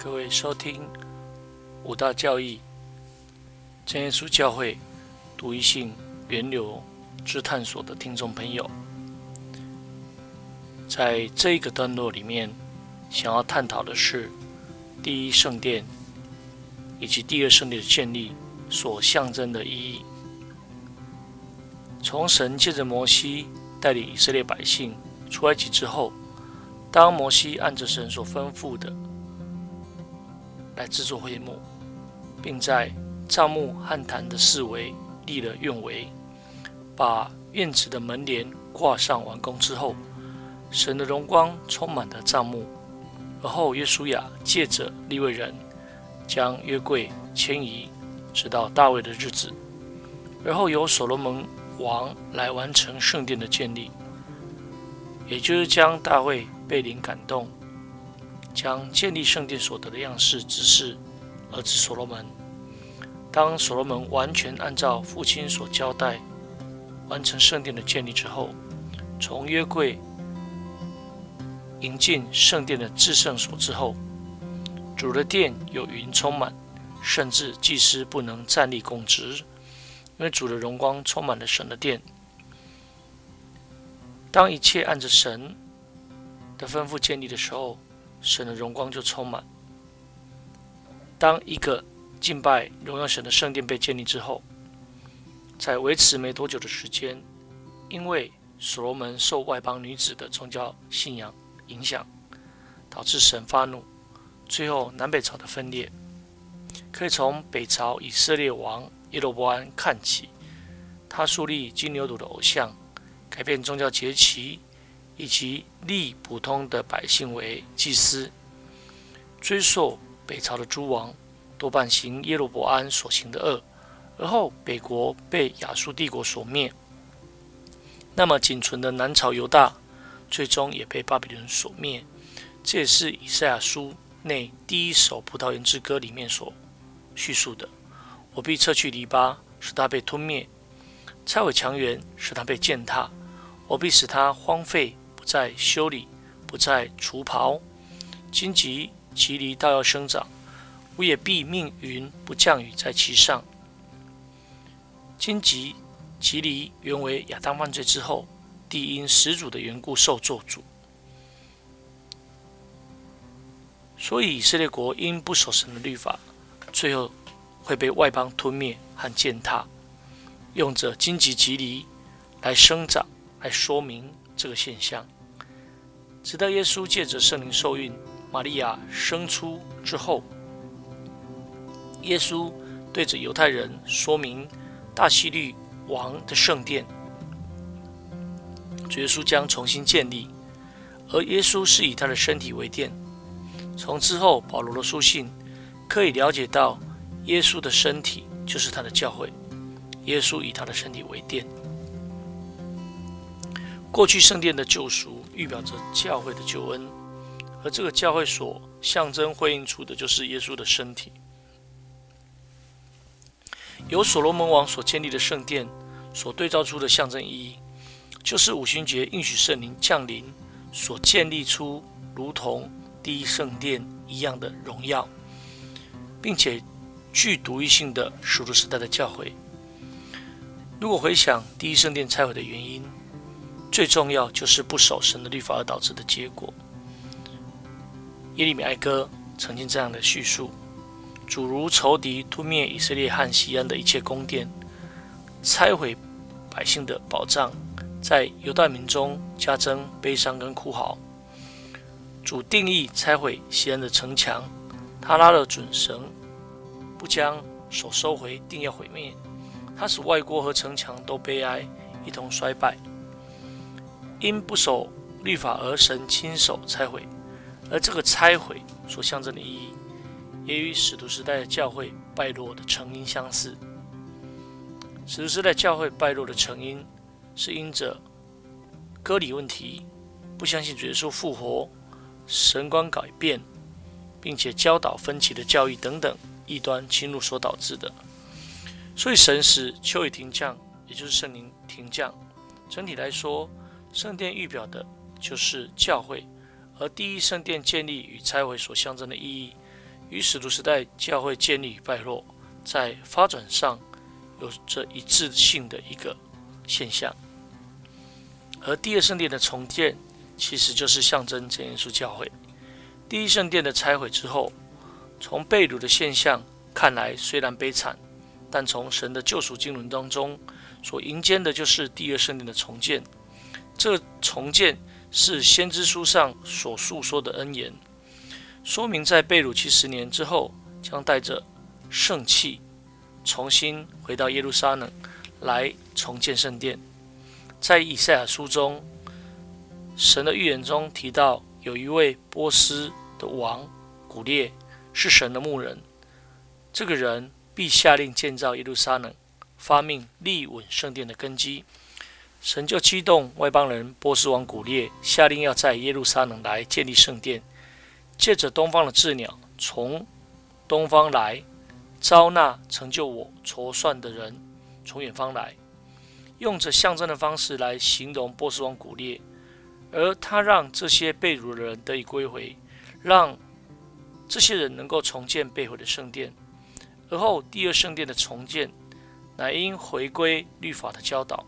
各位收听五大教义真耶稣教会独一性源流之探索的听众朋友，在这一个段落里面，想要探讨的是第一圣殿以及第二圣殿的建立所象征的意义。从神借着摩西带领以色列百姓出埃及之后，当摩西按着神所吩咐的来制作会幕，并在帐幕和坛的四围立了院围，把院子的门帘挂上完工之后，神的荣光充满了帐幕。而后约书亚借着利未人将约柜迁移，直到大卫的日子，而后由所罗门王来完成圣殿的建立，也就是将大卫被灵感动，将建立圣殿所得的样式指示儿子所罗门。当所罗门完全按照父亲所交代完成圣殿的建立之后，从约柜迎进圣殿的至圣所之后，主的殿有云充满，甚至祭司不能站立供职，因为主的荣光充满了神的殿。当一切按着神的吩咐建立的时候，神的荣光就充满。当一个敬拜荣耀神的圣殿被建立之后，在维持没多久的时间，因为所罗门受外邦女子的宗教信仰影响，导致神发怒，最后南北朝的分裂。可以从北朝以色列王耶罗波安看起，他树立金牛犊的偶像，改变宗教节期，以及立普通的百姓为祭司。追溯北朝的诸王多半行耶罗波安所行的恶，而后北国被亚述帝国所灭，那么仅存的南朝犹大最终也被巴比伦所灭。这也是以赛亚书内第一首葡萄园之歌里面所叙述的：我必撤去篱笆，使它被吞灭；拆毁墙垣，使它被践踏；我必使它荒废，不再修理，不再除刨。荆棘蒺藜倒要生长，我也必命云不降雨在其上。荆棘蒺藜原为亚当犯罪之后，地因始祖的缘故受咒诅，所以以色列国因不守神的律法，最后会被外邦吞灭和践踏。用着荆棘蒺藜来生长，来说明这个现象。直到耶稣借着圣灵受孕，玛利亚生出之后，耶稣对着犹太人说明大希律王的圣殿，主耶稣将重新建立，而耶稣是以他的身体为殿。从之后保罗的书信可以了解到，耶稣的身体就是他的教会，耶稣以他的身体为殿。过去圣殿的救赎预表着教会的救恩，而这个教会所象征辉映出的就是耶稣的身体。由所罗门王所建立的圣殿所对照出的象征意义，就是五旬节应许圣灵降临所建立出如同第一圣殿一样的荣耀，并且具独一性的属徒时代的教会。如果回想第一圣殿拆毁的原因，最重要就是不守神的律法而导致的结果。耶利米哀歌曾经这样的叙述：主如仇敌吞灭以色列和西安的一切宫殿，拆毁百姓的保障，在犹大民中加增悲伤跟哭嚎。主定义拆毁西安的城墙，他拉了准绳，不将手收回，定要毁灭。他使外郭和城墙都悲哀，一同衰败。因不守律法而神亲手拆毁，而这个拆毁所象征的意义，也与使徒时代的教会败落的成因相似。使徒时代教会败落的成因，是因着割礼问题、不相信主耶稣复活、神观改变，并且教导分歧的教义等等异端侵入所导致的。所以神使秋雨停降，也就是圣灵停降。整体来说，圣殿预表的就是教会，而第一圣殿建立与拆毁所象征的意义， 与使徒时代教会建立与败落在发展上有着一致性的一个现象。而第二圣殿的重建其实就是象征真耶稣教会。第一圣殿的拆毁之后，从被掳的现象看来虽然悲惨，但从神的救赎经纶当中所迎接的就是第二圣殿的重建。这个重建是先知书上所述说的恩言，说明在被掳70年之后，将带着圣气重新回到耶路撒冷来重建圣殿。在以赛亚书中，神的预言中提到，有一位波斯的王古列是神的牧人，这个人必下令建造耶路撒冷，发命立稳圣殿的根基。神就激动外邦人波斯王古列，下令要在耶路撒冷来建立圣殿，借着东方的鸷鸟从东方来，招纳成就我筹算的人从远方来，用着象征的方式来形容波斯王古列，而他让这些被掳的人得以归回，让这些人能够重建被毁的圣殿。而后第二圣殿的重建乃因回归律法的教导。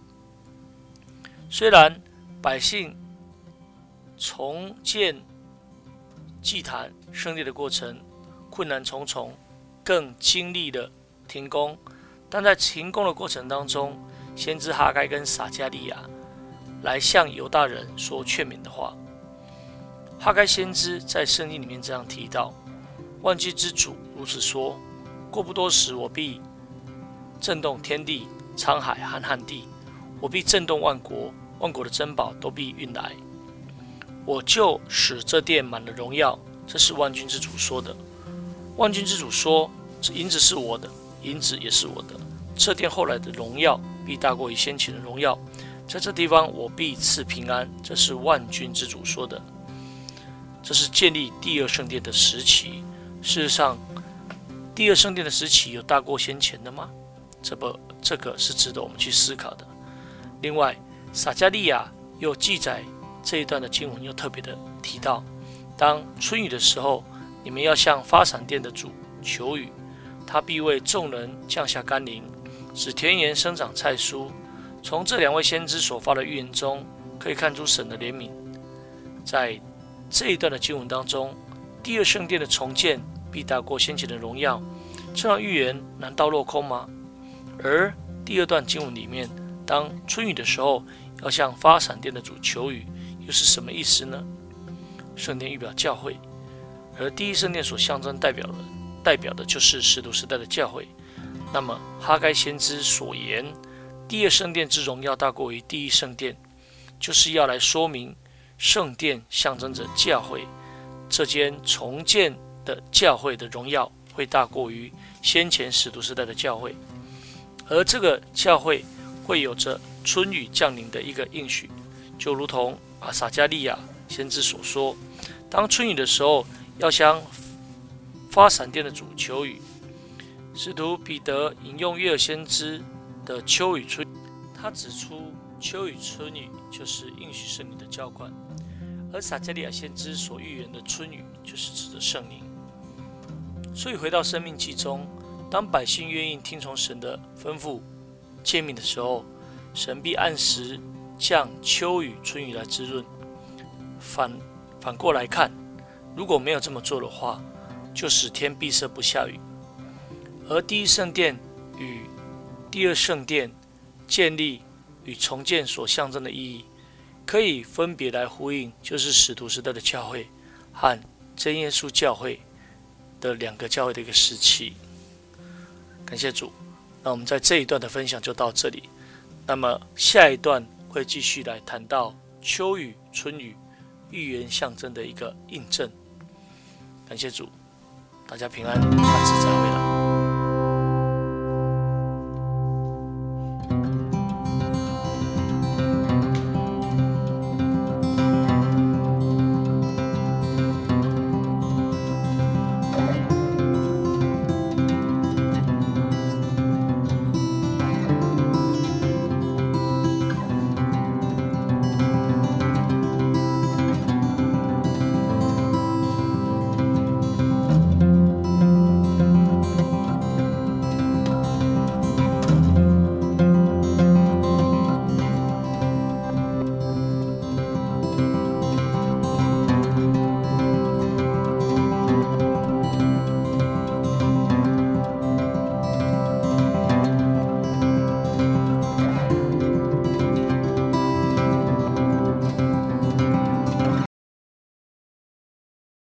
虽然百姓重建祭坛圣殿的过程困难重重，更经历了停工，但在停工的过程当中，先知哈该跟撒迦利亚来向犹大人说劝勉的话。哈该先知在圣经里面这样提到：万军之主如此说，过不多时，我必震动天地、沧海和旱地，我必震动万国，万国的珍宝都必运来，我就使这殿满了荣耀。这是万军之主说的。万军之主说，这银子是我的，银子也是我的，这殿后来的荣耀必大过于先前的荣耀，在这地方我必赐平安。这是万军之主说的。这是建立第二圣殿的时期。事实上，第二圣殿的时期有大过先前的吗？这个是值得我们去思考的。另外，撒迦利亚又记载这一段的经文，又特别的提到，当春雨的时候，你们要向发闪电的主求雨，他必为众人降下甘霖，使田园生长菜蔬。从这两位先知所发的预言中，可以看出神的怜悯。在这一段的经文当中，第二圣殿的重建必大过先前的荣耀，这样预言难道落空吗？而第二段经文里面，当春雨的时候要向发闪电的主求雨，又是什么意思呢？圣殿预表教会，而第一圣殿所象征代表的就是使徒时代的教会。那么哈该先知所言，第二圣殿之荣耀大过于第一圣殿，就是要来说明圣殿象征着教会，这间重建的教会的荣耀会大过于先前使徒时代的教会，而这个教会会有着春雨降临的一个应许，就如同撒迦利亚先知所说，当春雨的时候，要向发闪电的主求雨。使徒彼得引用约珥先知的秋雨春雨，他指出秋雨春雨就是应许圣灵的浇灌，而撒迦利亚先知所预言的春雨就是指着圣灵。所以回到生命记中，当百姓愿意听从神的吩咐诫命的时候，神必按时降秋雨春雨来滋润。反过来看，如果没有这么做的话，就使天闭塞不下雨。而第一圣殿与第二圣殿建立与重建所象征的意义，可以分别来呼应，就是使徒时代的教会和真耶稣教会的两个教会的一个时期。感谢主，那我们在这一段的分享就到这里。那么下一段会继续来谈到秋雨、春雨预言象征的一个印证。感谢主，大家平安，下次再会了。